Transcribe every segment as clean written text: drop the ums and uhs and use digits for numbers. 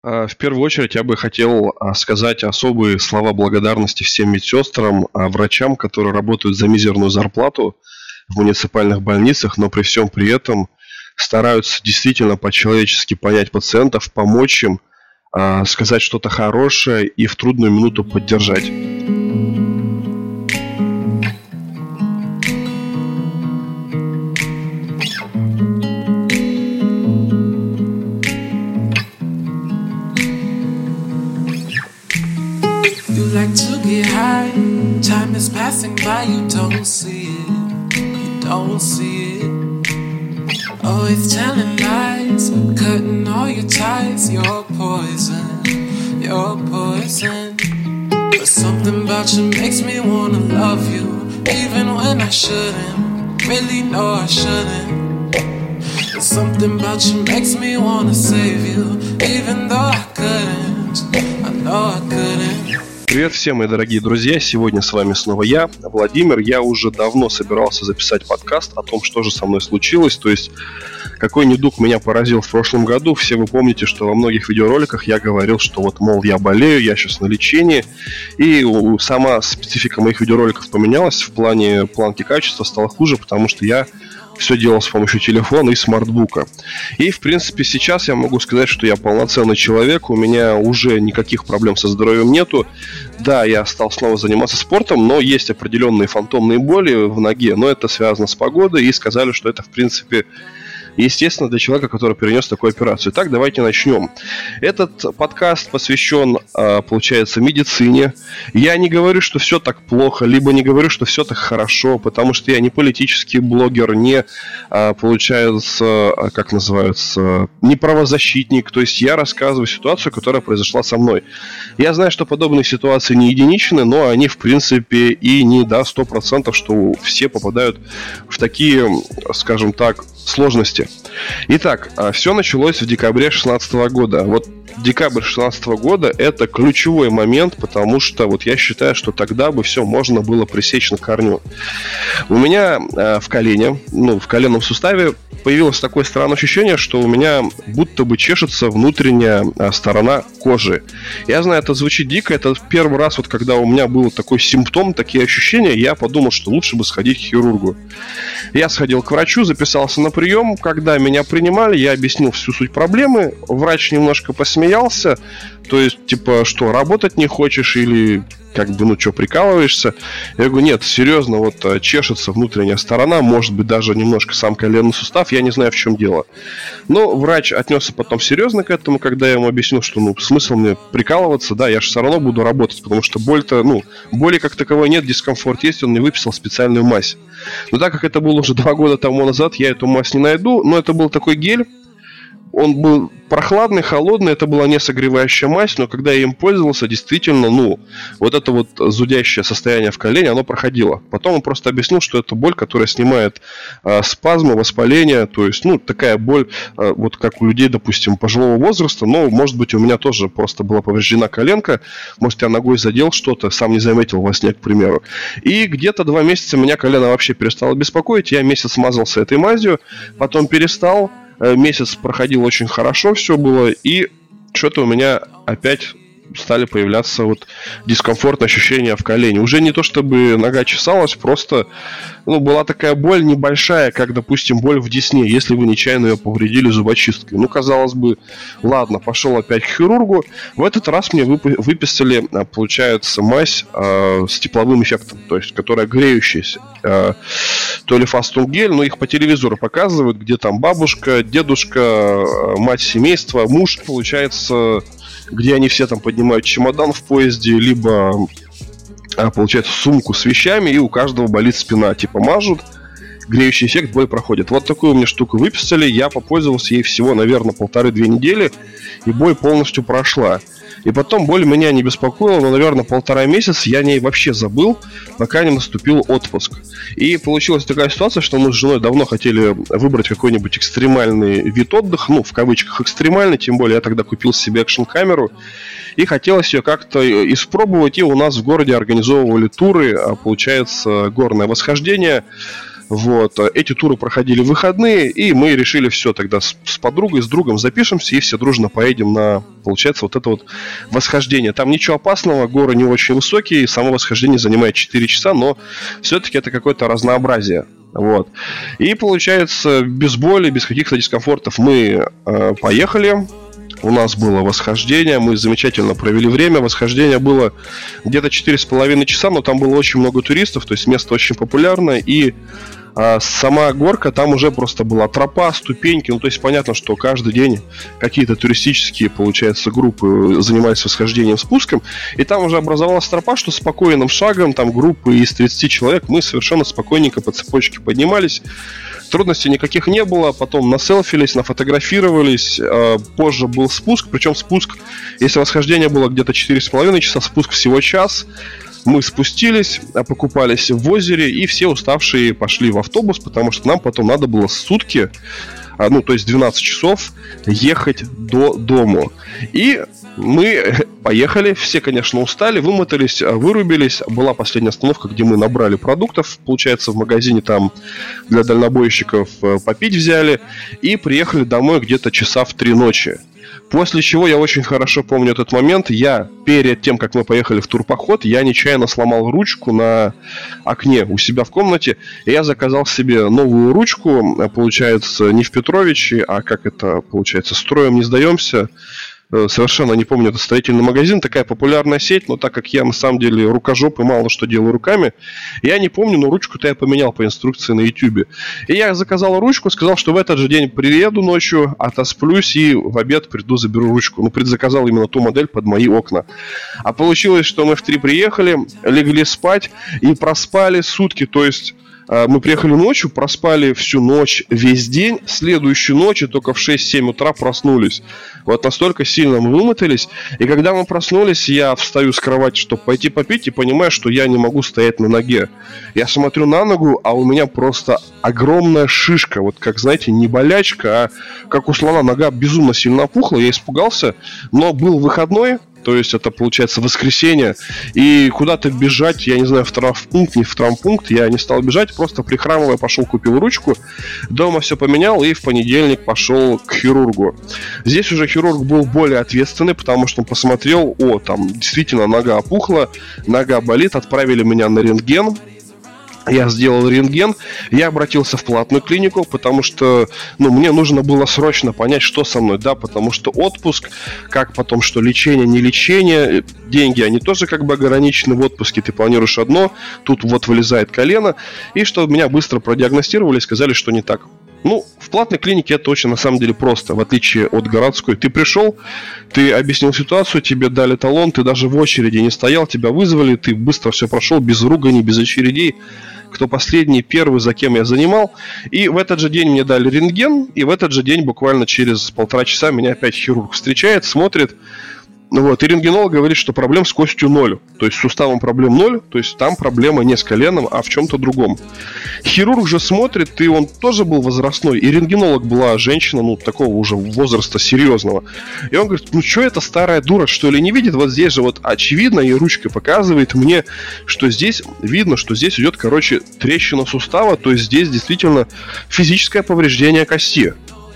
В первую очередь я бы хотел сказать особые слова благодарности всем медсестрам, врачам, которые работают за мизерную зарплату в муниципальных больницах, но при всем при этом стараются действительно по-человечески понять пациентов, помочь им, сказать что-то хорошее и в трудную минуту поддержать. You like to get high, time is passing by, you don't see it, you don't see it. Always telling lies, cutting all your ties, you're poison, you're poison. But something about you makes me wanna love you, even when I shouldn't, really know I shouldn't. But something about you makes me wanna save you, even though I couldn't, I know I couldn't. Привет всем, мои дорогие друзья! Сегодня с вами снова я, Владимир. Я уже давно собирался записать подкаст о том, что же со мной случилось. То есть, какой недуг меня поразил в прошлом году. Все вы помните, что во многих видеороликах я говорил, что вот, мол, я болею, я сейчас на лечении. И сама специфика моих видеороликов поменялась. В плане планки качества стало хуже, потому что я все делал с помощью телефона и смартбука. И, в принципе, сейчас я могу сказать, что я полноценный человек. У меня уже никаких проблем со здоровьем нету. Да, я стал снова заниматься спортом, но есть определенные фантомные боли в ноге. Но это связано с погодой. И сказали, что это, в принципе, естественно, для человека, который перенес такую операцию. Итак, давайте начнем. Этот подкаст посвящен, получается, медицине. Я не говорю, что все так плохо, либо не говорю, что все так хорошо, потому что я не политический блогер, не, получается, как называется, не правозащитник. То есть я рассказываю ситуацию, которая произошла со мной. Я знаю, что подобные ситуации не единичны, но они, в принципе, и не 100%, что все попадают в такие, скажем так, сложности. Итак, все началось в декабре 2016 года. Вот декабрь 2016 года это ключевой момент, потому что вот я считаю, что тогда бы все можно было пресечь на корню. У меня в колене, в коленном суставе появилось такое странное ощущение, что у меня будто бы чешется внутренняя сторона кожи. Я знаю, это звучит дико, это первый раз, вот когда у меня был такой симптом, такие ощущения, я подумал, что лучше бы сходить к хирургу. Я сходил к врачу, записался на прием. Когда меня принимали, я объяснил всю суть проблемы. Врач немножко посмеялся. То есть, типа, что, работать не хочешь или как бы, что, прикалываешься? Я говорю, нет, серьезно, вот чешется внутренняя сторона, может быть, даже немножко сам коленный сустав, я не знаю, в чем дело. Но врач отнесся потом серьезно к этому, когда я ему объяснил, что, смысл мне прикалываться, да, я же все равно буду работать, потому что боль-то, боли как таковой нет, дискомфорт есть, он мне выписал специальную мазь. Но так как это было уже 2 года тому назад, я эту мазь не найду, но это был такой гель. Он был прохладный, холодный, это была не согревающая мазь, но когда я им пользовался, действительно, вот это вот зудящее состояние в колене, оно проходило. Потом он просто объяснил, что это боль, которая снимает спазмы, воспаление, то есть, такая боль, вот как у людей, допустим, пожилого возраста, но, может быть, у меня тоже просто была повреждена коленка, может, я ногой задел что-то, сам не заметил во сне, к примеру. И где-то 2 месяца меня колено вообще перестало беспокоить, я месяц мазался этой мазью, потом перестал. Месяц проходил очень хорошо, все было, и что-то у меня опять стали появляться вот дискомфортные ощущения в колене. Уже не то, чтобы нога чесалась, просто была такая боль небольшая, как, допустим, боль в десне, если вы нечаянно ее повредили зубочисткой. Казалось бы, ладно, пошел опять к хирургу. В этот раз мне выписали, получается, мазь с тепловым эффектом, то есть, которая греющаяся. То ли фастунгель, но их по телевизору показывают, где там бабушка, дедушка, мать семейства, муж, получается, где они все там поднимают чемодан в поезде, либо, получается, сумку с вещами, и у каждого болит спина. Типа мажут, греющий эффект, боль проходит. Вот такую мне штуку выписали, я попользовался ей всего, наверное, 1,5-2 недели, и боль полностью прошла. И потом боль меня не беспокоила, но, наверное, 1,5 месяца я о ней вообще забыл, пока не наступил отпуск. И получилась такая ситуация, что мы с женой давно хотели выбрать какой-нибудь экстремальный вид отдыха, в кавычках экстремальный, тем более я тогда купил себе экшн-камеру, и хотелось ее как-то испробовать, и у нас в городе организовывали туры, получается, горное восхождение. Вот. Эти туры проходили в выходные, и мы решили все тогда с подругой, с другом запишемся, и все дружно поедем на, получается, вот это вот восхождение. Там ничего опасного, горы не очень высокие, само восхождение занимает 4 часа, но все-таки это какое-то разнообразие. Вот. И получается, без боли, без каких-то дискомфортов мы поехали. У нас было восхождение, мы замечательно провели время. Восхождение было где-то 4,5 часа, но там было очень много туристов, то есть место очень популярное. И сама горка, там уже просто была тропа, ступеньки. Ну, то есть понятно, что каждый день какие-то туристические, получается, группы занимались восхождением, спуском. И там уже образовалась тропа, что спокойным шагом, там группы из 30 человек, мы совершенно спокойненько по цепочке поднимались. Трудностей никаких не было, потом населфились, нафотографировались. Позже был спуск, причем спуск, если восхождение было где-то 4,5 часа, спуск всего час. Мы спустились, покупались в озере, и все уставшие пошли в автобус, потому что нам потом надо было сутки, ну, то есть 12 часов, ехать до дому. И мы поехали, все, конечно, устали, вымотались, вырубились. Была последняя остановка, где мы набрали продуктов, получается, в магазине там для дальнобойщиков попить взяли, и приехали домой где-то часа в 3 ночи. После чего я очень хорошо помню этот момент. Я перед тем, как мы поехали в турпоход, я нечаянно сломал ручку на окне у себя в комнате. И я заказал себе новую ручку. Получается, не в Петровиче, а как это получается, строем не сдаемся. Совершенно не помню, это строительный магазин, такая популярная сеть, но так как я на самом деле рукожоп и мало что делаю руками, я не помню, но ручку-то я поменял по инструкции на YouTube. И я заказал ручку, сказал, что в этот же день приеду ночью, отосплюсь и в обед приду, заберу ручку. Ну, предзаказал именно ту модель под мои окна. А получилось, что мы в 3 приехали, легли спать и проспали сутки, то есть... Мы приехали ночью, проспали всю ночь, весь день. Следующую ночь, только в 6-7 утра проснулись. Вот настолько сильно мы вымотались. И когда мы проснулись, я встаю с кровати, чтобы пойти попить, и понимаю, что я не могу стоять на ноге. Я смотрю на ногу, а у меня просто огромная шишка. Вот как, знаете, не болячка, а как у слона нога безумно сильно опухла. Я испугался, но был выходной. То есть это, получается, воскресенье. И куда-то бежать, я не знаю, в травмпункт, не в травмпункт, я не стал бежать, просто прихрамывая пошел, купил ручку. Дома все поменял и в понедельник пошел к хирургу. Здесь уже хирург был более ответственный, потому что он посмотрел, там действительно нога опухла, нога болит, отправили меня на рентген. Я сделал рентген, я обратился в платную клинику, потому что, мне нужно было срочно понять, что со мной, да, потому что отпуск, как потом, что лечение, не лечение, деньги, они тоже как бы ограничены в отпуске, ты планируешь одно, тут вот вылезает колено, и что меня быстро продиагностировали и сказали, что не так. В платной клинике это очень на самом деле просто, в отличие от городской. Ты пришел, ты объяснил ситуацию, тебе дали талон, ты даже в очереди не стоял, тебя вызвали, ты быстро все прошел, без руганий, без очередей. Кто последний, первый, за кем я занимал. И в этот же день мне дали рентген, и в этот же день, буквально через 1,5 часа, меня опять хирург встречает, смотрит. И рентгенолог говорит, что проблем с костью 0. То есть с суставом проблем 0, то есть там проблема не с коленом, а в чем-то другом. Хирург же смотрит, и он тоже был возрастной, и рентгенолог была женщина, такого уже возраста серьезного. И он говорит, что эта старая дура, что ли, не видит? Вот здесь же очевидно, и ручкой показывает мне, что здесь видно, что здесь идет, трещина сустава, то есть здесь действительно физическое повреждение кости.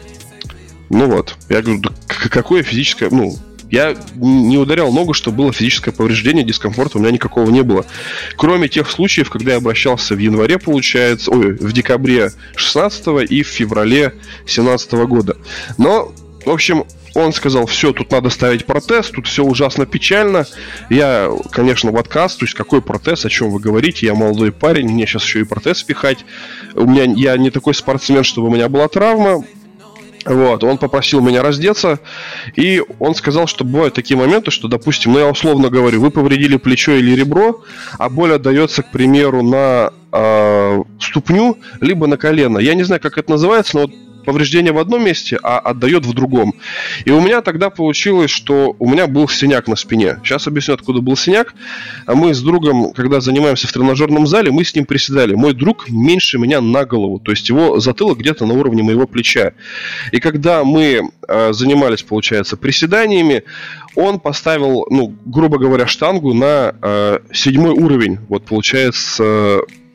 Я говорю, да какое физическое, я не ударял ногу, чтобы было физическое повреждение, дискомфорта у меня никакого не было. Кроме тех случаев, когда я обращался в январе, в декабре 16-го и в феврале 17-го года. Но, в общем, он сказал, все, тут надо ставить протез, тут все ужасно печально. Я, конечно, в отказ, то есть какой протез, о чем вы говорите, я молодой парень, мне сейчас еще и протез пихать. Я не такой спортсмен, чтобы у меня была травма. Он попросил меня раздеться, и он сказал, что бывают такие моменты, что, допустим, я условно говорю, вы повредили плечо или ребро, а боль отдается, к примеру, на ступню, либо на колено. Я не знаю, как это называется, но повреждение в одном месте, а отдает в другом. И у меня тогда получилось, что у меня был синяк на спине. Сейчас объясню, откуда был синяк. Мы с другом, когда занимаемся в тренажерном зале, мы с ним приседали. Мой друг меньше меня на голову, то есть его затылок где-то на уровне моего плеча. И когда мы занимались, получается, приседаниями, он поставил, грубо говоря, штангу на 7 уровень. Получается...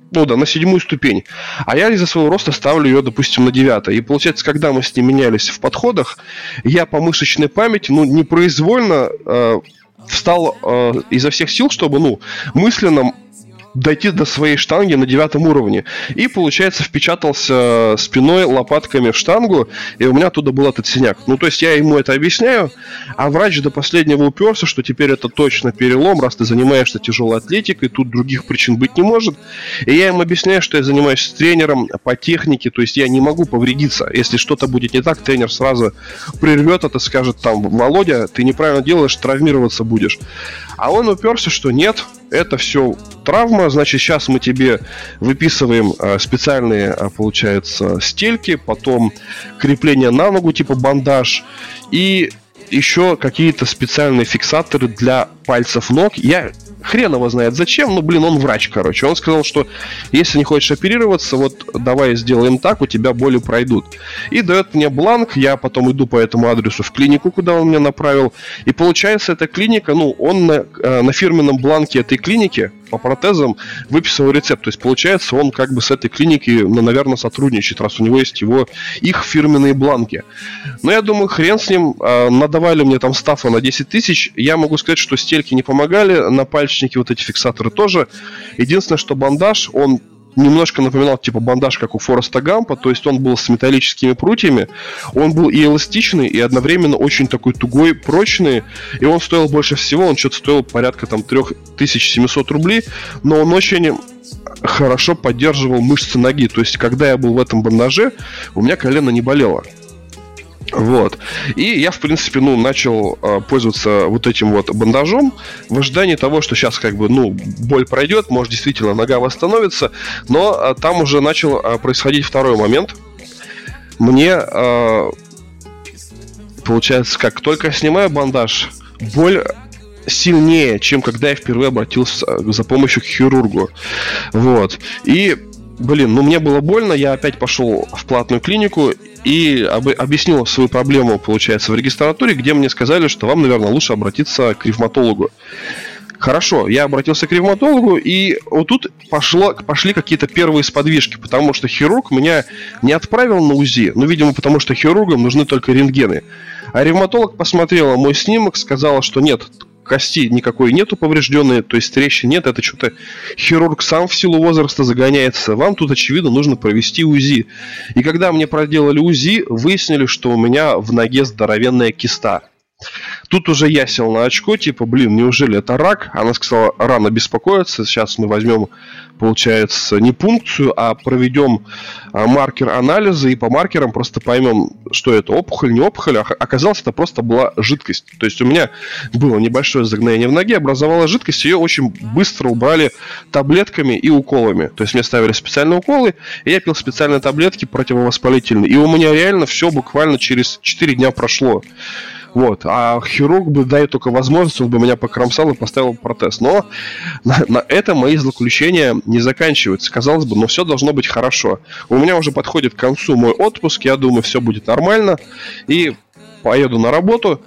Ну да, на 7-ю ступень. А я из-за своего роста ставлю ее, допустим, на 9. И получается, когда мы с ним менялись в подходах, я по мышечной памяти, непроизвольно встал изо всех сил, чтобы, мысленно дойти до своей штанги на 9 уровне. И, получается, впечатался спиной, лопатками в штангу, и у меня оттуда был этот синяк. То есть я ему это объясняю, а врач до последнего уперся, что теперь это точно перелом, раз ты занимаешься тяжелой атлетикой, тут других причин быть не может. И я ему объясняю, что я занимаюсь тренером по технике, то есть я не могу повредиться. Если что-то будет не так, тренер сразу прервет это, скажет там: Володя, ты неправильно делаешь, травмироваться будешь. А он уперся, что нет, это все травма, значит, сейчас мы тебе выписываем специальные, получается, стельки, потом крепление на ногу, типа бандаж, и еще какие-то специальные фиксаторы для пальцев ног. Я хрен его знает зачем, он врач, короче. Он сказал, что если не хочешь оперироваться, вот давай сделаем так, у тебя боли пройдут. И дает мне бланк, я потом иду по этому адресу в клинику, куда он меня направил. И получается, эта клиника, он на фирменном бланке этой клиники по протезам выписал рецепт. То есть, получается, он как бы с этой клиники, наверное, сотрудничает, раз у него есть их фирменные бланки. Но я думаю, хрен с ним. Надавали мне там стафа на 10 тысяч. Я могу сказать, что стельки не помогали, напальчники, вот эти фиксаторы тоже. Единственное, что бандаж, он немножко напоминал типа бандаж, как у Фореста Гампа, то есть он был с металлическими прутьями, он был и эластичный, и одновременно очень такой тугой, прочный, и он стоил больше всего, он что-то стоил порядка там 3700 рублей, но он очень хорошо поддерживал мышцы ноги, то есть когда я был в этом бандаже, у меня колено не болело. Вот. И я, в принципе, начал пользоваться вот этим вот бандажом в ожидании того, что сейчас боль пройдет, может, действительно нога восстановится, но там уже начал происходить второй момент. Мне, получается, как только я снимаю бандаж, боль сильнее, чем когда я впервые обратился за помощью к хирургу. Вот. И мне было больно, я опять пошел в платную клинику и объяснил свою проблему, получается, в регистратуре, где мне сказали, что вам, наверное, лучше обратиться к ревматологу. Хорошо, я обратился к ревматологу, и вот тут пошли какие-то первые сподвижки, потому что хирург меня не отправил на УЗИ, видимо, потому что хирургам нужны только рентгены. А ревматолог посмотрела мой снимок, сказала, что нет, кости никакой нету поврежденной, то есть трещин нет, это что-то хирург сам в силу возраста загоняется. Вам тут, очевидно, нужно провести УЗИ. И когда мне проделали УЗИ, выяснили, что у меня в ноге здоровенная киста. Тут уже я сел на очко, неужели это рак? Она сказала, рано беспокоиться, сейчас мы возьмем, получается, не пункцию, а проведем маркер анализа, и по маркерам просто поймем, что это, опухоль, не опухоль. Оказалось, это просто была жидкость. То есть у меня было небольшое загноение в ноге, образовалась жидкость, ее очень быстро убрали таблетками и уколами. То есть мне ставили специальные уколы, и я пил специальные таблетки противовоспалительные. И у меня реально все буквально через 4 дня прошло. Вот. А хирург бы, дай только возможность, он бы меня покромсал и поставил протез. Но на этом мои злоключения не заканчиваются. Казалось бы, но все должно быть хорошо. У меня уже подходит к концу мой отпуск, я думаю, все будет нормально. И поеду на работу.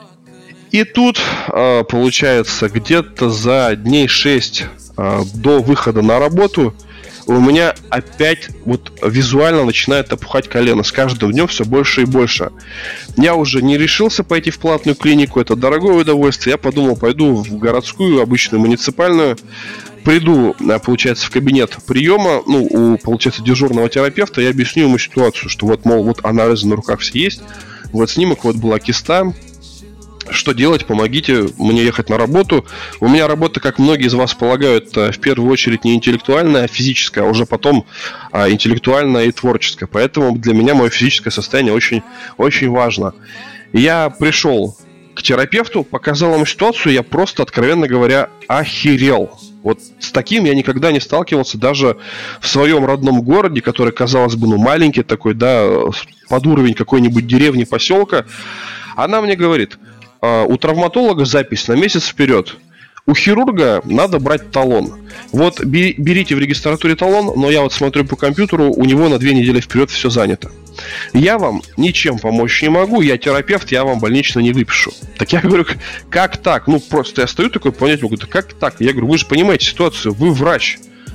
И тут, получается, где-то за дней 6 до выхода на работу у меня опять визуально начинает опухать колено. С каждым днем все больше и больше. Я уже не решился пойти в платную клинику. Это дорогое удовольствие. Я подумал, пойду в городскую, обычную, муниципальную. Приду, получается, в кабинет приема, у, получается, дежурного терапевта. Я объясню ему ситуацию, что анализы на руках все есть. Снимок, была киста. Что делать? Помогите мне ехать на работу. У меня работа, как многие из вас полагают, в первую очередь не интеллектуальная, а физическая, а уже потом интеллектуальная и творческая. Поэтому для меня мое физическое состояние очень, очень важно. Я пришел к терапевту, показал ему ситуацию, я просто, откровенно говоря, охерел. С таким я никогда не сталкивался даже в своем родном городе, который, казалось бы, маленький такой, под уровень какой-нибудь деревни, поселка. Она мне говорит: у травматолога запись на месяц вперед. У хирурга надо брать талон. Берите в регистратуре талон, но я смотрю по компьютеру, у него на 2 недели вперед все занято. Я вам ничем помочь не могу, я терапевт, я вам больничный не выпишу. Так я говорю, как так? Просто я стою такой, понять могу, как так? Я говорю, вы же понимаете ситуацию, вы врач.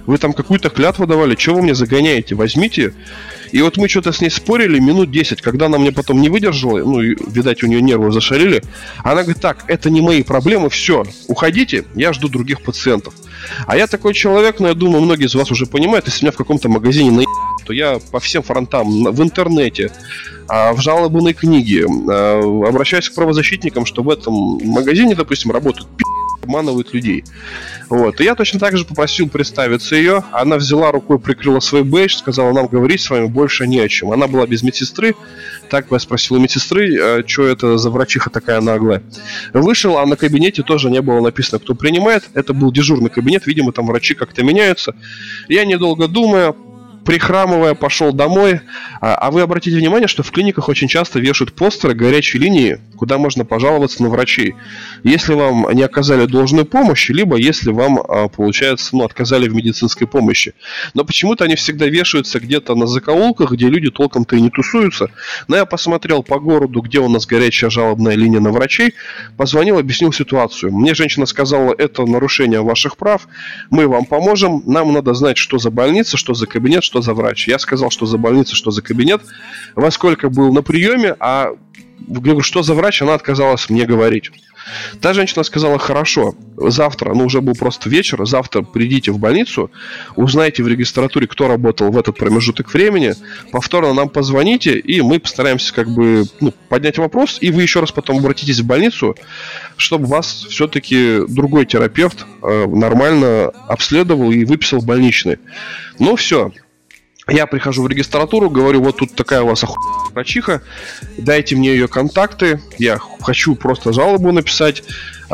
Вы там какую-то клятву давали, чего вы мне загоняете? Возьмите. И вот мы что-то с ней спорили минут 10, когда она мне потом не выдержала, ну, и, видать, у нее нервы зашалили, она говорит, так, это не мои проблемы, все, уходите, я жду других пациентов. А я такой человек, но я думаю, многие из вас уже понимают, если меня в каком-то магазине то я по всем фронтам, в интернете, в жалобные книги, обращаюсь к правозащитникам, что в этом магазине, допустим, работают обманывают людей. Вот. И я точно так же попросил представиться ее. Она взяла рукой, прикрыла свой бейдж, сказала, нам говорить с вами больше не о чем. Она была без медсестры. Так я спросил у медсестры, что это за врачиха такая наглая. Вышел, а на кабинете тоже не было написано, кто принимает. Это был дежурный кабинет, видимо, там врачи как-то меняются. Я, недолго думая, прихрамывая, пошел домой. А вы обратите внимание, что в клиниках очень часто вешают постеры горячей линии, куда можно пожаловаться на врачей, если вам не оказали должную помощь, либо если вам, получается, отказали в медицинской помощи. Но почему-то они всегда вешаются где-то на закоулках, где люди толком-то и не тусуются. Но я посмотрел по городу, где у нас горячая жалобная линия на врачей, позвонил, объяснил ситуацию. Мне женщина сказала, это нарушение ваших прав, мы вам поможем, нам надо знать, что за больница, что за кабинет, что за врач. Я сказал, что за больница, что за кабинет, во сколько был на приеме, а говорю, что за врач, она отказалась мне говорить. Та женщина сказала, хорошо, завтра, уже был просто вечер, завтра придите в больницу, узнайте в регистратуре, кто работал в этот промежуток времени, повторно нам позвоните, и мы постараемся поднять вопрос, и вы еще раз потом обратитесь в больницу, чтобы вас все-таки другой терапевт нормально обследовал и выписал больничный. Ну все. Я прихожу в регистратуру, говорю, вот тут такая у вас врачиха, дайте мне ее контакты, я хочу просто жалобу написать.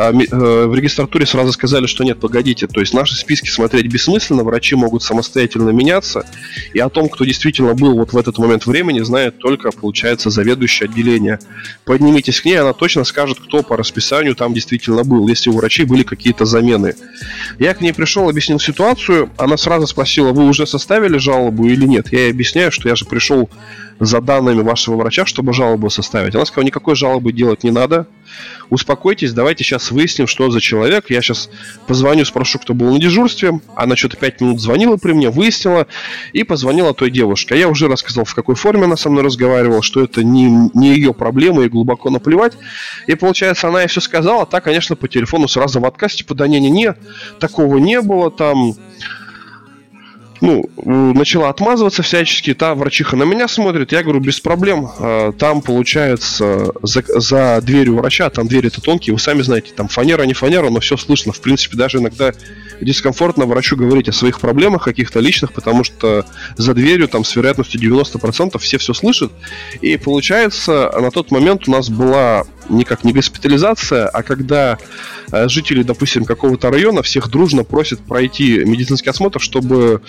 В регистратуре сразу сказали, что нет, погодите, то есть наши списки смотреть бессмысленно, врачи могут самостоятельно меняться, и о том, кто действительно был вот в этот момент времени, знает только, получается, заведующее отделение. Поднимитесь к ней, она точно скажет, кто по расписанию там действительно был, если у врачей были какие-то замены. Я к ней пришел, объяснил ситуацию, она сразу спросила, вы уже составили жалобу или нет? Я ей объясняю, что я же пришел за данными вашего врача, чтобы жалобу составить. Она сказала, никакой жалобы делать не надо. Успокойтесь, давайте сейчас выясним, что за человек. Я сейчас позвоню, спрошу, кто был на дежурстве. Она что-то 5 минут звонила при мне, выяснила и позвонила той девушке. А я уже рассказал, в какой форме она со мной разговаривала, что это не ее проблема, и глубоко наплевать. И получается, она ей все сказала, та, конечно, по телефону сразу в отказ, типа, да не, такого не было, там... начала отмазываться всячески, та врачиха на меня смотрит, я говорю, без проблем, там, получается, за дверью врача, там двери-то тонкие, вы сами знаете, там фанера, не фанера, но все слышно, в принципе, даже иногда дискомфортно врачу говорить о своих проблемах каких-то личных, потому что за дверью, там, с вероятностью 90% все слышат, и, получается, на тот момент у нас была никак не госпитализация, а когда жители, допустим, какого-то района всех дружно просят пройти медицинский осмотр, чтобы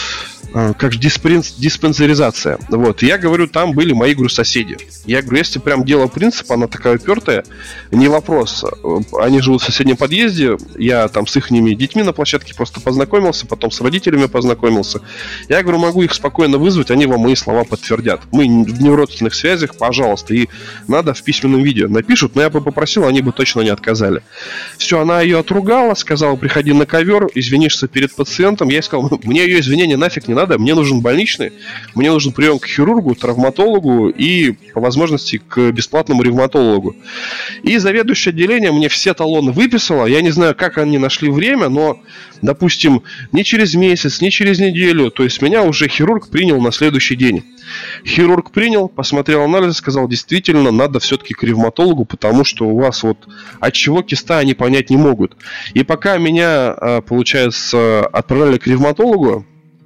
как же диспансеризация. Вот. Я говорю, там были мои, соседи. Я говорю, если прям дело принципа, она такая упертая, не вопрос. Они живут в соседнем подъезде, я там с их детьми на площадке просто познакомился, потом с родителями познакомился. Я говорю, могу их спокойно вызвать, они вам мои слова подтвердят. Мы не в родственных связях, пожалуйста, и надо в письменном виде напишут, но я бы попросил, они бы точно не отказали. Все, она ее отругала, сказала, приходи на ковер, извинишься перед пациентом. Я ей сказал, мне ее извинения нафиг не надо, мне нужен больничный, мне нужен прием к хирургу, травматологу и, по возможности, к бесплатному ревматологу. И заведующее отделение мне все талоны выписала. Я не знаю, как они нашли время, но, допустим, не через месяц, не через неделю, то есть меня уже хирург принял на следующий день. Хирург принял, посмотрел анализы, сказал, действительно, надо все-таки к ревматологу, потому что у вас вот от чего киста они понять не могут. И пока меня, получается, отправляли к ревматологу,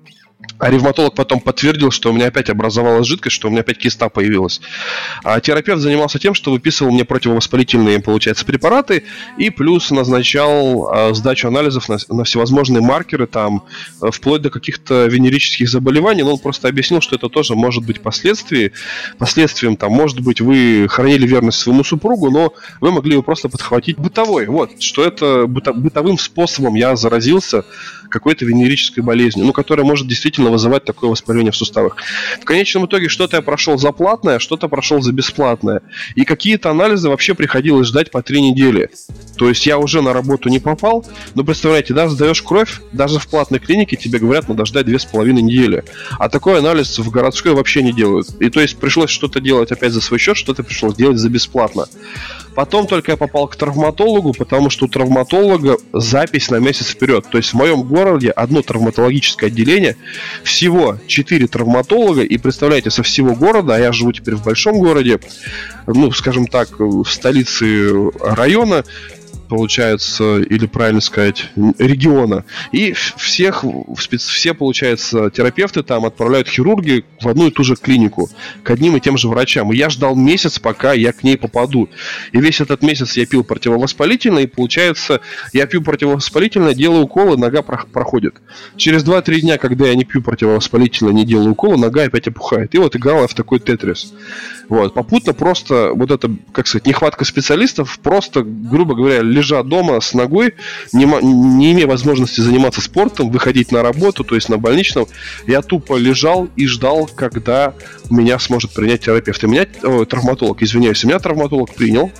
а ревматолог потом подтвердил, что у меня опять образовалась жидкость, что у меня опять киста появилась. А терапевт занимался тем, что выписывал мне противовоспалительные, получается, препараты и плюс назначал сдачу анализов на всевозможные маркеры, там, вплоть до каких-то венерических заболеваний. Но он просто объяснил, что это тоже может быть последствием, там, может быть, вы хранили верность своему супругу, но вы могли его просто подхватить бытовой. Вот, что это бытовым способом я заразился какой-то венерической болезнью, которая может действительно вызывать такое воспаление в суставах. В конечном итоге что-то я прошел за платное, что-то прошел за бесплатное. И какие-то анализы вообще приходилось ждать по 3 недели. То есть я уже на работу не попал, но представляете, да, сдаешь кровь, даже в платной клинике тебе говорят, надо ждать 2,5 недели. А такой анализ в городской вообще не делают. И то есть пришлось что-то делать опять за свой счет, что-то пришлось делать за бесплатно. Потом только я попал к травматологу, потому что у травматолога запись на месяц вперед. То есть в моем городе одно травматологическое отделение, всего 4 травматолога, и представляете, со всего города, а я живу теперь в большом городе, ну, скажем так, в столице района, получается, или правильно сказать, региона. И все, получается, терапевты там отправляют хирурги в одну и ту же клинику, к одним и тем же врачам. И я ждал месяц, пока я к ней попаду. И весь этот месяц я пил противовоспалительное, и получается, я пью противовоспалительное, делаю уколы, нога проходит. Через 2-3 дня, когда я не пью противовоспалительное, не делаю уколы, нога опять опухает. И вот играл я в такой тетрис. Вот. Попутно просто вот это, как сказать, нехватка специалистов, просто, грубо говоря, лежа дома с ногой, не имея возможности заниматься спортом, выходить на работу, то есть на больничном, я тупо лежал и ждал, когда меня сможет принять терапевт. И меня, травматолог, извиняюсь, меня травматолог принял.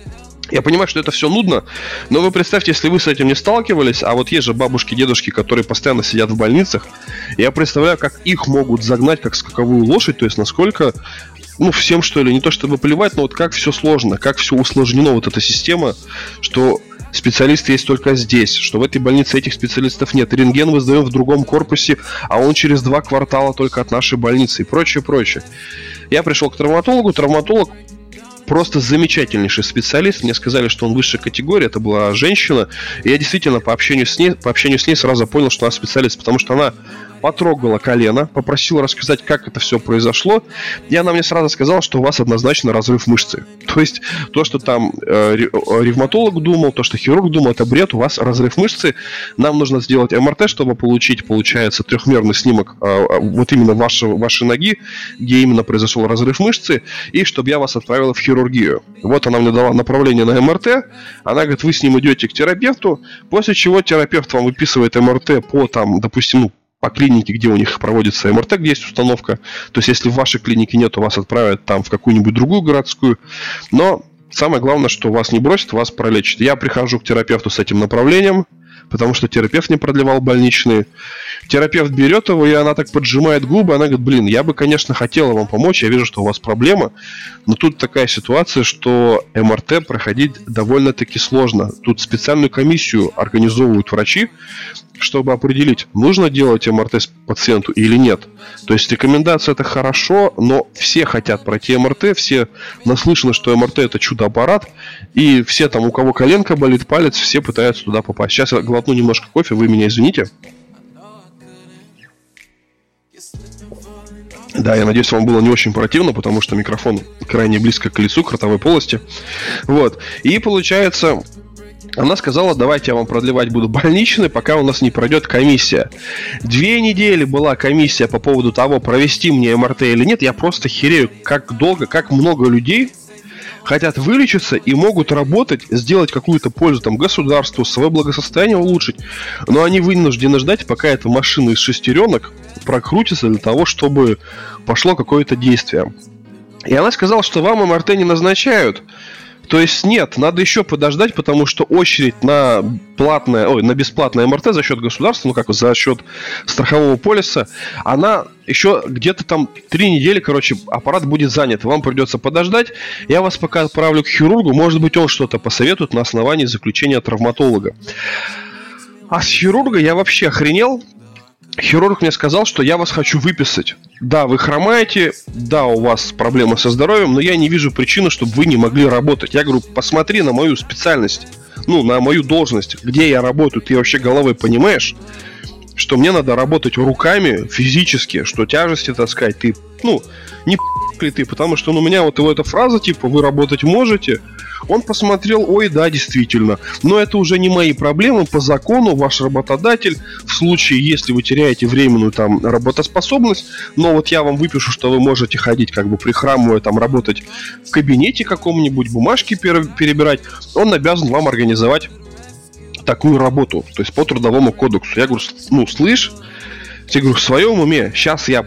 Я понимаю, что это все нудно, но вы представьте, если вы с этим не сталкивались, а вот есть же бабушки, дедушки, которые постоянно сидят в больницах, я представляю, как их могут загнать как скаковую лошадь, то есть насколько, ну, всем, что ли, не то чтобы плевать, но вот как все сложно, как все усложнено, вот эта система, что специалисты есть только здесь, что в этой больнице этих специалистов нет. Рентген мы сдаем в другом корпусе, а он через 2 квартала только от нашей больницы и прочее, прочее. Я пришел к травматологу, травматолог просто замечательнейший специалист. Мне сказали, что он высшей категории, это была женщина. И я действительно по общению с ней сразу понял, что она специалист, потому что она потрогала колено, попросила рассказать, как это все произошло, и она мне сразу сказала, что у вас однозначно разрыв мышцы. То есть то, что там ревматолог думал, то, что хирург думал, это бред, у вас разрыв мышцы. Нам нужно сделать МРТ, чтобы получить, получается, трехмерный снимок вот именно вашей ноги, где именно произошел разрыв мышцы, и чтобы я вас отправила в хирургию. Вот она мне дала направление на МРТ, она говорит, вы с ним идете к терапевту, после чего терапевт вам выписывает МРТ по там, допустим, по клинике, где у них проводится МРТ, где есть установка. То есть, если в вашей клинике нет, то вас отправят там в какую-нибудь другую городскую. Но самое главное, что вас не бросят, вас пролечат. Я прихожу к терапевту с этим направлением, потому что терапевт не продлевал больничные. Терапевт берет его, и она так поджимает губы. Она говорит, блин, я бы, конечно, хотела вам помочь. Я вижу, что у вас проблема. Но тут такая ситуация, что МРТ проходить довольно-таки сложно. Тут специальную комиссию организовывают врачи, чтобы определить, нужно делать МРТ пациенту или нет. То есть рекомендация это хорошо, но все хотят пройти МРТ, все наслышаны, что МРТ это чудо-аппарат, и все там, у кого коленка болит, палец, все пытаются туда попасть. Сейчас я глотну немножко кофе, вы меня извините. Да, я надеюсь, вам было не очень противно, потому что микрофон крайне близко к лицу, к ротовой полости. Вот. И получается, она сказала, давайте я вам продлевать буду больничный, пока у нас не пройдет комиссия. 2 недели была комиссия по поводу того, провести мне МРТ или нет. Я просто херею, как долго, как много людей хотят вылечиться и могут работать, сделать какую-то пользу там государству, свое благосостояние улучшить. Но они вынуждены ждать, пока эта машина из шестеренок прокрутится для того, чтобы пошло какое-то действие. И она сказала, что вам МРТ не назначают. То есть нет, надо еще подождать, потому что очередь на бесплатное МРТ за счет государства, ну как за счет страхового полиса, она еще где-то там 3 недели, короче, аппарат будет занят. Вам придется подождать. Я вас пока отправлю к хирургу, может быть, он что-то посоветует на основании заключения травматолога. А с хирурга я вообще охренел. Хирург мне сказал, что я вас хочу выписать. Да, вы хромаете, да, у вас проблемы со здоровьем, но я не вижу причины, чтобы вы не могли работать. Я говорю, посмотри на мою специальность, на мою должность, где я работаю. Ты вообще головой понимаешь, что мне надо работать руками физически, что тяжести таскать. Ты, не ли ты, потому что у меня вот его эта фраза, типа, вы работать можете. Он посмотрел, ой, да, действительно. Но это уже не мои проблемы. По закону ваш работодатель, в случае, если вы теряете временную там работоспособность, но вот я вам выпишу, что вы можете ходить, как бы прихрамывая, там, работать в кабинете каком-нибудь, бумажки перебирать, он обязан вам организовать такую работу, то есть по трудовому кодексу. Я говорю, слышь, я говорю, в своем уме, сейчас я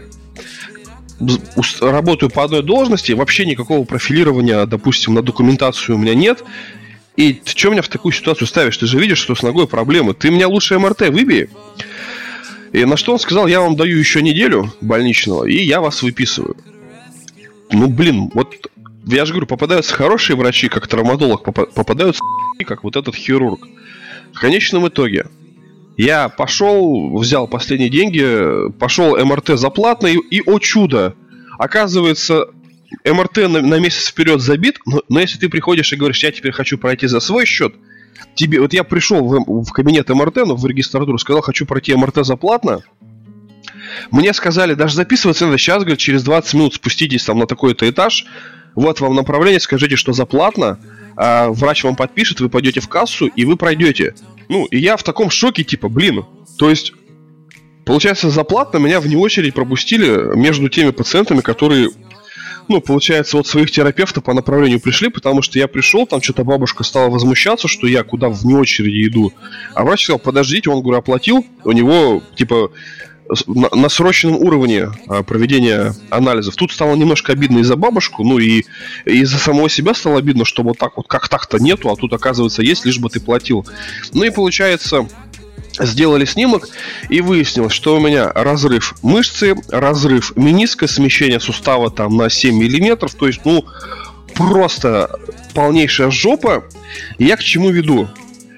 работаю по одной должности, вообще никакого профилирования, допустим, на документацию у меня нет. И ты что меня в такую ситуацию ставишь? Ты же видишь, что с ногой проблемы. Ты меня лучше МРТ выбей. И на что он сказал, я вам даю еще неделю больничного, и я вас выписываю. Ну, блин, вот я же говорю, попадаются хорошие врачи, как травматолог, попадаются как вот этот хирург. В конечном итоге я пошел, взял последние деньги, пошел МРТ за платно, и о чудо, оказывается, МРТ на месяц вперед забит, но если ты приходишь и говоришь, я теперь хочу пройти за свой счет, тебе, вот я пришел в кабинет МРТ, в регистратуру, сказал, хочу пройти МРТ за платно. Мне сказали, даже записываться надо сейчас, говорит, через 20 минут спуститесь там на такой-то этаж, вот вам направление, скажите, что за платно, врач вам подпишет, вы пойдете в кассу, и вы пройдете. Ну, и я в таком шоке, типа, блин, то есть, получается, за платно меня вне очередь пропустили между теми пациентами, которые, ну, получается, вот своих терапевтов по направлению пришли, потому что я пришел, там что-то бабушка стала возмущаться, что я куда вне очереди иду, а врач сказал, подождите, он, говорю, оплатил, у него, типа, на срочном уровне проведения анализов. Тут стало немножко обидно и за бабушку, ну и за самого себя стало обидно, что вот так вот, как так-то нету, а тут, оказывается, есть, лишь бы ты платил. Ну и получается, сделали снимок, и выяснилось, что у меня разрыв мышцы, разрыв мениска, смещение сустава там на 7 миллиметров, то есть, ну, просто полнейшая жопа. И я к чему веду?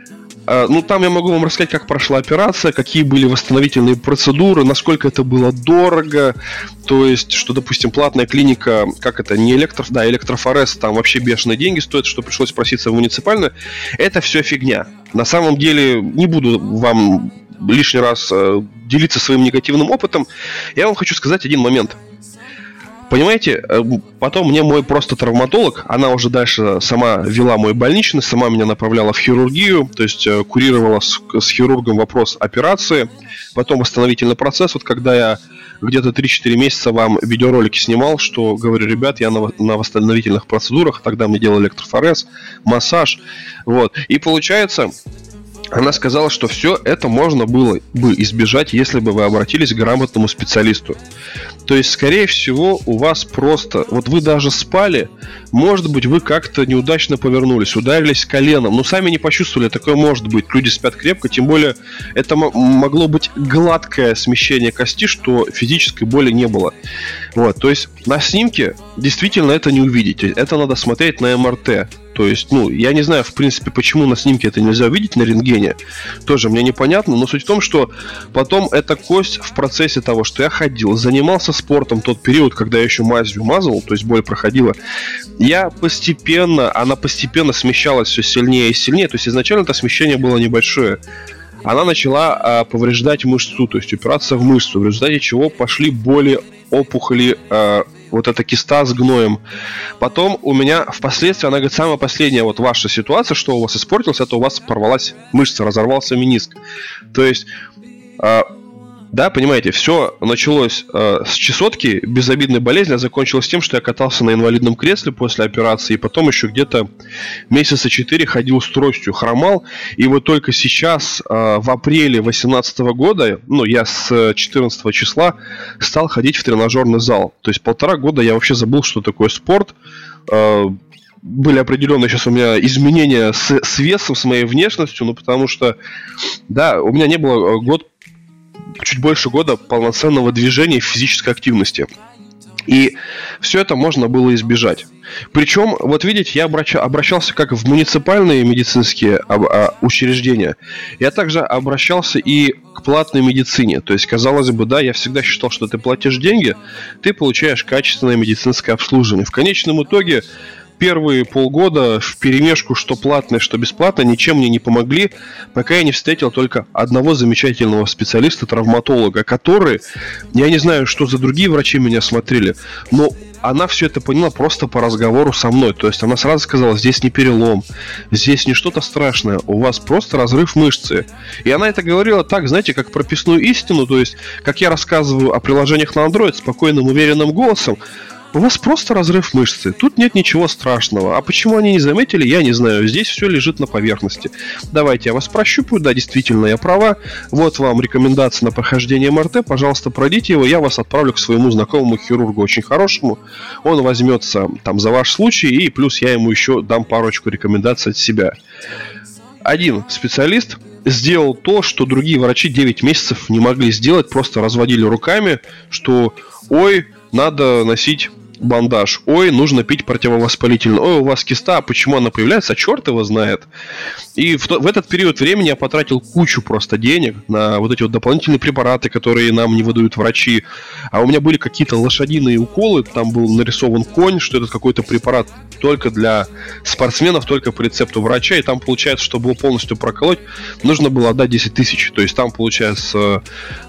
Ну, там я могу вам рассказать, как прошла операция, какие были восстановительные процедуры, насколько это было дорого. То есть, что, допустим, платная клиника, как это, не электрофорез, там вообще бешеные деньги стоят, что пришлось проситься в муниципальную. Это все фигня. На самом деле, не буду вам лишний раз делиться своим негативным опытом. Я вам хочу сказать один момент. Понимаете, потом мне мой просто травматолог, она уже дальше сама вела мой больничный, сама меня направляла в хирургию, то есть курировала с хирургом вопрос операции, потом восстановительный процесс. Вот когда я где-то 3-4 месяца вам видеоролики снимал, что говорю, ребят, я на восстановительных процедурах, тогда мне делали электрофорез, массаж, вот. И получается, она сказала, что все это можно было бы избежать, если бы вы обратились к грамотному специалисту. То есть, скорее всего, у вас просто... Вот вы даже спали, может быть, вы как-то неудачно повернулись, ударились коленом, но сами не почувствовали, такое может быть. Люди спят крепко, тем более это могло быть гладкое смещение кости, что физической боли не было. Вот, то есть, на снимке действительно это не увидите. Это надо смотреть на МРТ. То есть, ну, я не знаю, в принципе, почему на снимке это нельзя увидеть на рентгене. Тоже мне непонятно, но суть в том, что потом эта кость в процессе того, что я ходил, занимался спортом тот период, когда я еще мазью мазал, то есть боль проходила, она постепенно смещалась все сильнее и сильнее. То есть изначально это смещение было небольшое. Она начала повреждать мышцу, то есть упираться в мышцу, в результате чего пошли боли, опухоли, вот эта киста с гноем. Потом у меня впоследствии, она говорит, самая последняя вот ваша ситуация, что у вас испортилось, это у вас порвалась мышца, разорвался мениск. То есть, да, понимаете, все началось с чесотки, безобидной болезни, а закончилось тем, что я катался на инвалидном кресле после операции, и потом еще где-то месяца 4 ходил с тростью, хромал, и вот только сейчас, в апреле 2018 года, ну, я с 14 числа стал ходить в тренажерный зал. То есть 1,5 года я вообще забыл, что такое спорт. Были определенные сейчас у меня изменения с весом, с моей внешностью, ну, потому что, да, у меня не было чуть больше года полноценного движения и физической активности. И все это можно было избежать. Причем, вот видите, я обращался как в муниципальные медицинские учреждения. Я также обращался и к платной медицине. То есть, казалось бы, да, я всегда считал, что ты платишь деньги, ты получаешь качественное медицинское обслуживание. В конечном итоге, первые полгода вперемешку, что платное, что бесплатное, ничем мне не помогли, пока я не встретил только одного замечательного специалиста-травматолога, который, я не знаю, что за другие врачи меня смотрели, но она все это поняла просто по разговору со мной. То есть она сразу сказала, здесь не перелом, здесь не что-то страшное, у вас просто разрыв мышцы. И она это говорила так, знаете, как прописную истину, то есть, как я рассказываю о приложениях на Android спокойным, уверенным голосом, у вас просто разрыв мышцы. Тут нет ничего страшного. А почему они не заметили, я не знаю. Здесь все лежит на поверхности. Давайте я вас прощупаю. Да, действительно, я права. Вот вам рекомендация на прохождение МРТ. Пожалуйста, пройдите его. Я вас отправлю к своему знакомому хирургу, очень хорошему. Он возьмется там за ваш случай. И плюс я ему еще дам парочку рекомендаций от себя. Один специалист сделал то, что другие врачи 9 месяцев не могли сделать. Просто разводили руками, что ой, надо носить бандаж. Ой, нужно пить противовоспалительное. Ой, у вас киста, а почему она появляется? А черт его знает. И в этот период времени я потратил кучу просто денег на вот эти вот дополнительные препараты, которые нам не выдают врачи. А у меня были какие-то лошадиные уколы. Там был нарисован конь, что это какой-то препарат только для спортсменов, только по рецепту врача. И там получается, чтобы его полностью проколоть, нужно было отдать 10 тысяч. То есть там получается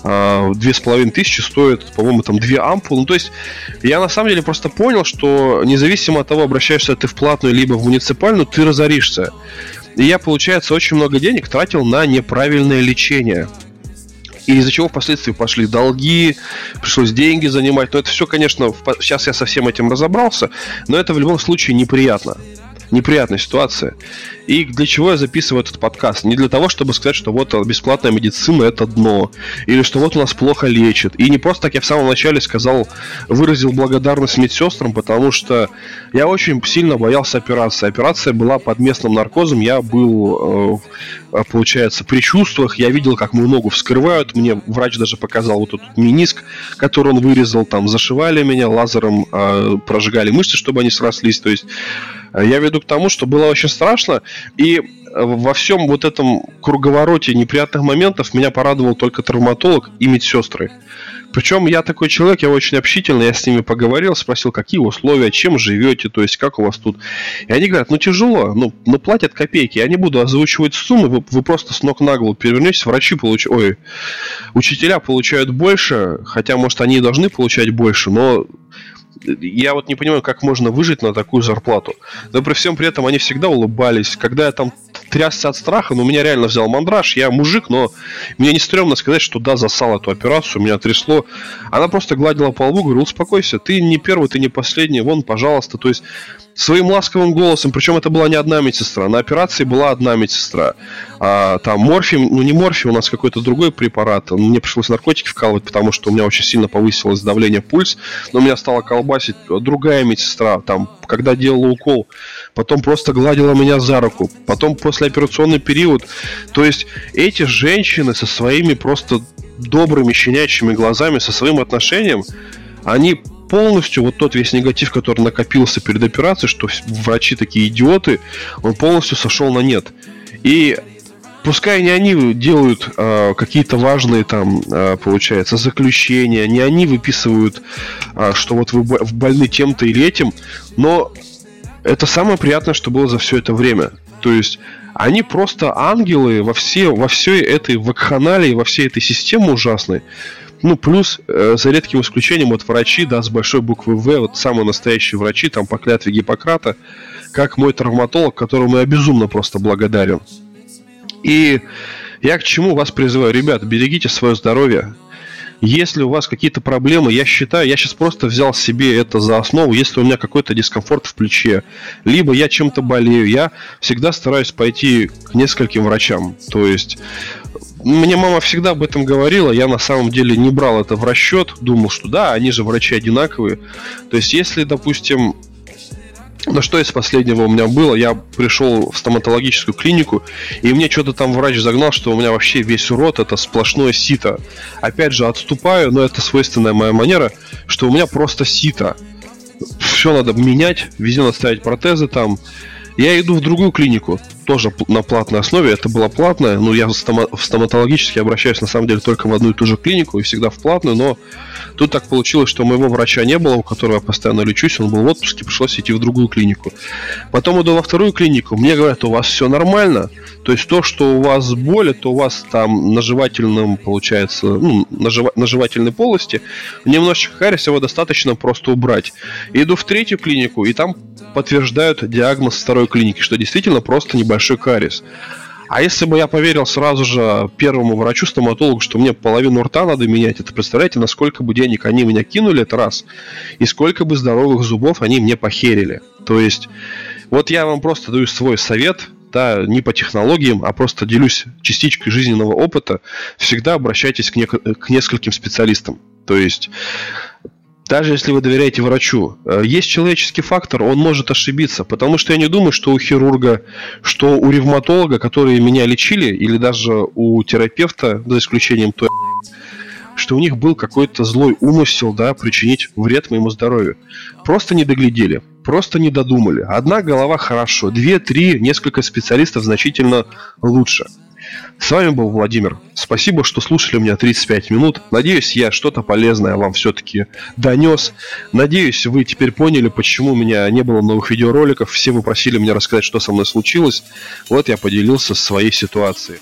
2500 стоит, по-моему, там 2 ампулы. Ну, то есть я на самом деле просто понял, что независимо от того, обращаешься ты в платную либо в муниципальную, ты разоришься. И я, получается, очень много денег тратил на неправильное лечение. И из-за чего впоследствии пошли долги, пришлось деньги занимать. Но это все, конечно, сейчас я со всем этим разобрался, но это в любом случае неприятно. Неприятная ситуация. И для чего я записываю этот подкаст? Не для того, чтобы сказать, что вот бесплатная медицина – это дно. Или что вот у нас плохо лечат. И не просто так я в самом начале выразил благодарность медсестрам, потому что я очень сильно боялся операции. Операция была под местным наркозом. Я был, получается, при чувствах. Я видел, как мою ногу вскрывают. Мне врач даже показал вот этот мениск, который он вырезал. Там зашивали меня, лазером прожигали мышцы, чтобы они срослись. То есть я веду к тому, что было очень страшно. И во всем вот этом круговороте неприятных моментов меня порадовал только травматолог и медсестры. Причем я такой человек, я очень общительный, я с ними поговорил, спросил, какие условия, чем живете, то есть как у вас тут. И они говорят, тяжело, платят копейки. Я не буду озвучивать суммы, вы просто с ног на голову перевернетесь, учителя получают больше, хотя, может, они и должны получать больше, но я вот не понимаю, как можно выжить на такую зарплату. Но при всем при этом они всегда улыбались. Когда я там трясся от страха, меня реально взял мандраж. Я мужик, но мне не стрёмно сказать, что да, засал эту операцию, меня трясло. Она просто гладила по лбу, говорила, успокойся, ты не первый, ты не последний, вон, пожалуйста. То есть своим ласковым голосом, причем это была не одна медсестра, на операции была одна медсестра. Там морфий, не морфий, у нас какой-то другой препарат. Мне пришлось наркотики вкалывать, потому что у меня очень сильно повысилось давление, пульс, но меня стало колбасить другая медсестра, там, когда делала укол, потом просто гладила меня за руку, потом послеоперационный период. То есть эти женщины со своими просто добрыми щенячьими глазами, со своим отношением, они полностью вот тот весь негатив, который накопился перед операцией, что врачи такие идиоты, он полностью сошел на нет. И пускай не они делают какие-то важные там, получается, заключения, не они выписывают, что вот вы больны тем-то или этим, но это самое приятное, что было за все это время. То есть они просто ангелы во всей этой вакханалии, во всей этой системе ужасной. Плюс, за редким исключением, вот врачи, да, с большой буквы В, вот самые настоящие врачи, там, по клятве Гиппократа, как мой травматолог, которому я безумно просто благодарен. И я к чему вас призываю? Ребят, берегите свое здоровье. Если у вас какие-то проблемы, я считаю, я сейчас просто взял себе это за основу, если у меня какой-то дискомфорт в плече, либо я чем-то болею, я всегда стараюсь пойти к нескольким врачам. То есть мне мама всегда об этом говорила, я на самом деле не брал это в расчет, думал, что да, они же врачи одинаковые. То есть если, допустим, что из последнего у меня было, я пришел в стоматологическую клинику, и мне что-то там врач загнал, что у меня вообще весь рот это сплошное сито. Опять же, отступаю, но это свойственная моя манера, что у меня просто сито. Все надо менять, везде надо ставить протезы там. Я иду в другую клинику, тоже на платной основе, это была платная, я в стоматологически обращаюсь на самом деле только в одну и ту же клинику и всегда в платную, но тут так получилось, что моего врача не было, у которого я постоянно лечусь, он был в отпуске, пришлось идти в другую клинику. Потом иду во вторую клинику, мне говорят, у вас все нормально, то есть то, что у вас боль, то у вас там на жевательном, получается, на жевательной полости немножечко кариес, его достаточно просто убрать. Иду в третью клинику, и там подтверждают диагноз второй клиники, что действительно просто небольшой кариес. А если бы я поверил сразу же первому врачу-стоматологу, что мне половину рта надо менять, это представляете, насколько бы денег они меня кинули, это раз, и сколько бы здоровых зубов они мне похерили. То есть, вот я вам просто даю свой совет, да, не по технологиям, а просто делюсь частичкой жизненного опыта. Всегда обращайтесь к нескольким специалистам. То есть, даже если вы доверяете врачу, есть человеческий фактор, он может ошибиться. Потому что я не думаю, что у хирурга, что у ревматолога, которые меня лечили, или даже у терапевта, за исключением той, что у них был какой-то злой умысел, да, причинить вред моему здоровью. Просто не доглядели, просто не додумали. Одна голова хорошо, 2-3, несколько специалистов значительно лучше. С вами был Владимир. Спасибо, что слушали меня 35 минут. Надеюсь, я что-то полезное вам все-таки донес. Надеюсь, вы теперь поняли, почему у меня не было новых видеороликов. Все вы просили меня рассказать, что со мной случилось. Вот я поделился своей ситуацией.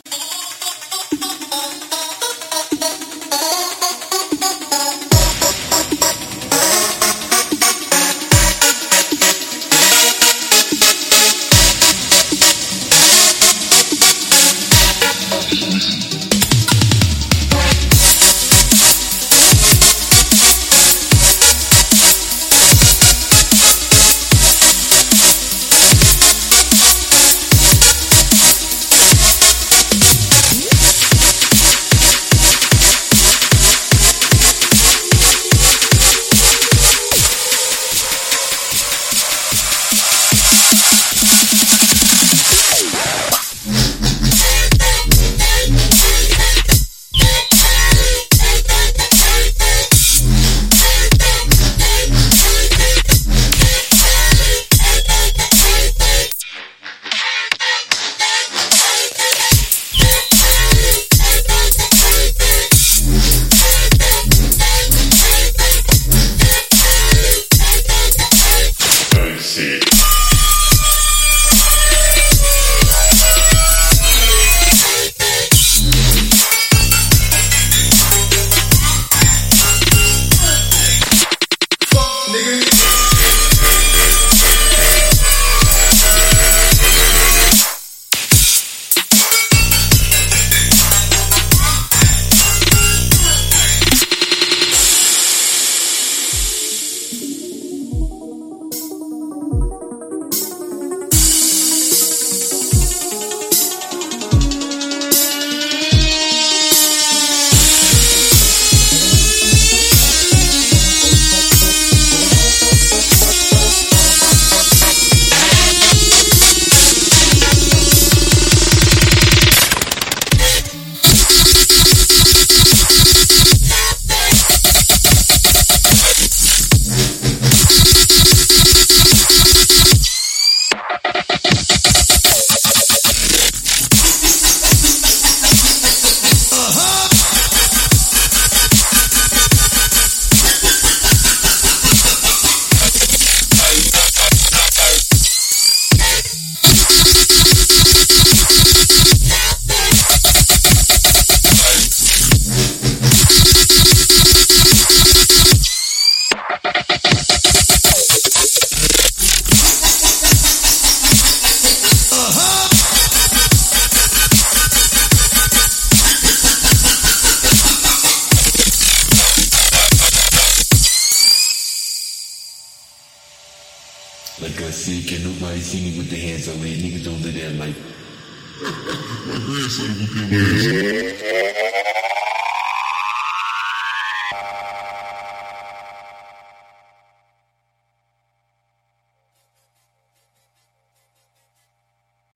Like I said, can nobody see me with the hands on me? Niggas don't do that like.